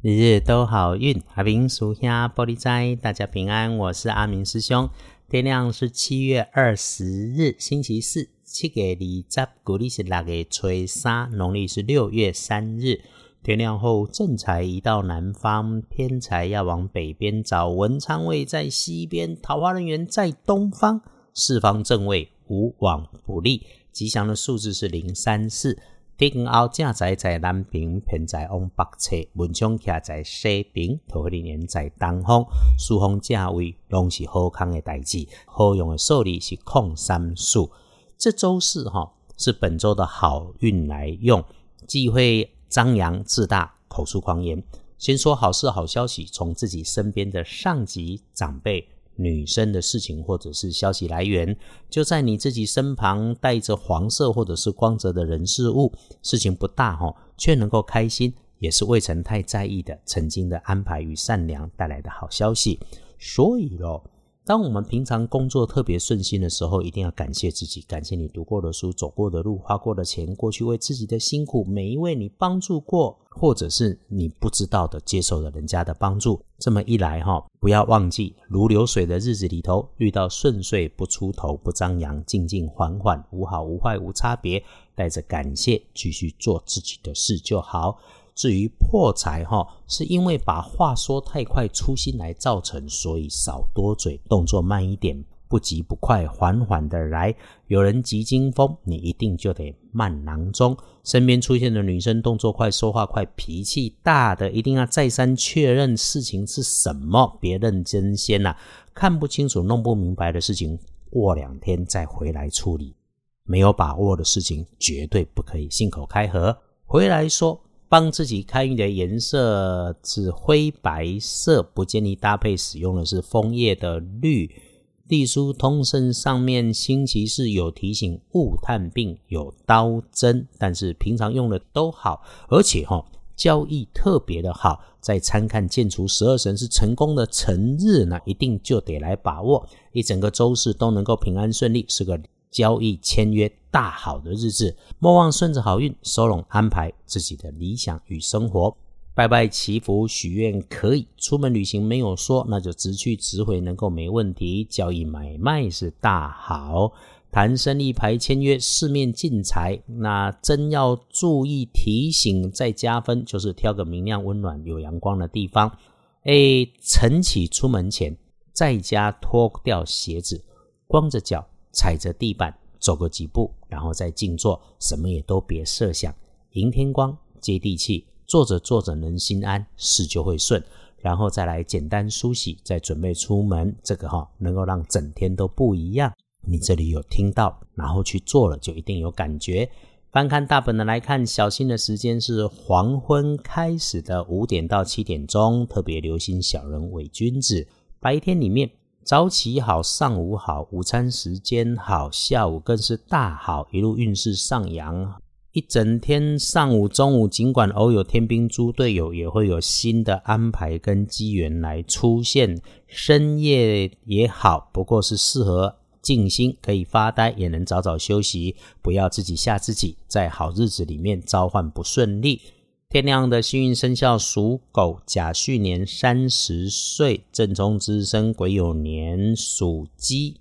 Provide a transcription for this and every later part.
日日都好运，阿明属下玻璃斋，大家平安，我是阿明师兄。天亮是7月20日星期四，7月20，古历是6月初3，农历是6月3日。天亮后正财移到南方，偏财要往北边找，文昌位在西边，桃花人缘在东方，四方正位无往不利，吉祥的数字是034。天光后正财在南边，偏财往北侧，文昌徛在西边，桃花人缘在东方，四方正位拢是好康的代志，好用的数字是034。这周四是本周的好运来用，忌讳张扬自大，口出狂言。先说好事好消息，从自己身边的上级长辈女生的事情或者是消息来源，就在你自己身旁，带着黄色或者是光泽的人事物，事情不大却能够开心，也是未曾太在意的曾经的安排与善良带来的好消息。所以当我们平常工作特别顺心的时候，一定要感谢自己，感谢你读过的书，走过的路，花过的钱，过去为自己的辛苦，每一位你帮助过或者是你不知道的接受了人家的帮助。这么一来不要忘记如流水的日子里头，遇到顺遂不出头，不张扬，静静缓缓，无好无坏无差别，带着感谢继续做自己的事就好。至于破财是因为把话说太快，粗心来造成，所以少多嘴，动作慢一点，不急不快，缓缓的来。有人急惊风，你一定就得慢郎中。身边出现的女生动作快，说话快，脾气大的，一定要再三确认事情是什么，别认真先看不清楚弄不明白的事情，过2天再回来处理。没有把握的事情绝对不可以信口开河。回来说帮自己开运的颜色是灰白色，不建议搭配使用的是枫叶的绿。隶书通胜上面星期四有提醒勿探病，有刀针，但是平常用的都好，而且交易特别的好，在参看建除12神是成功的辰日呢，一定就得来把握，一整个周四都能够平安顺利，是个交易签约大好的日子，莫忘顺着好运收拢安排自己的理想与生活。拜拜祈福许愿可以，出门旅行没有说，那就直去直回能够没问题。交易买卖是大好，谈生意排签约四面进财。那真要注意提醒再加分，就是挑个明亮温暖有阳光的地方。晨起出门前在家脱掉鞋子，光着脚踩着地板走个几步，然后再静坐，什么也都别设想，迎天光接地气，坐着坐着能心安，事就会顺，然后再来简单梳洗，再准备出门，这个能够让整天都不一样。你这里有听到，然后去做了，就一定有感觉。翻看大本的来看，小心的时间是黄昏开始的5点到7点钟，特别留心小人伪君子。白天里面早起好，上午好，午餐时间好，下午更是大好，一路运势上扬。一整天上午中午，尽管偶有天兵猪队友，也会有新的安排跟机缘来出现。深夜也好，不过是适合静心，可以发呆，也能早早休息，不要自己吓自己，在好日子里面召唤不顺利。天亮的幸运生肖属狗，甲戌年30岁，正冲之生癸酉年属鸡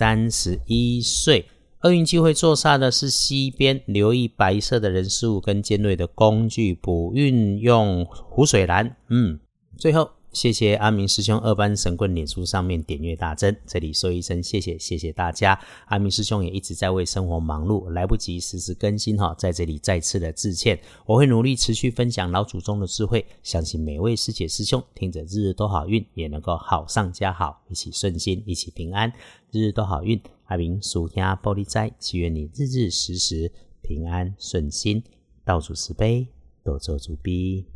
31岁。厄运机会坐煞的是西边，留意白色的人事物跟尖锐的工具，补运用湖水蓝。最后谢谢阿明师兄2班神棍脸书上面点阅大增，这里说一声谢谢，谢谢大家。阿明师兄也一直在为生活忙碌，来不及实时更新在这里再次的致歉。我会努力持续分享老祖宗的智慧，相信每位师姐师兄听着日日都好运，也能够好上加好，一起顺心，一起平安，日日都好运。阿明属下玻璃斋，祈愿你日日时时平安顺心，道主慈悲，多做主逼。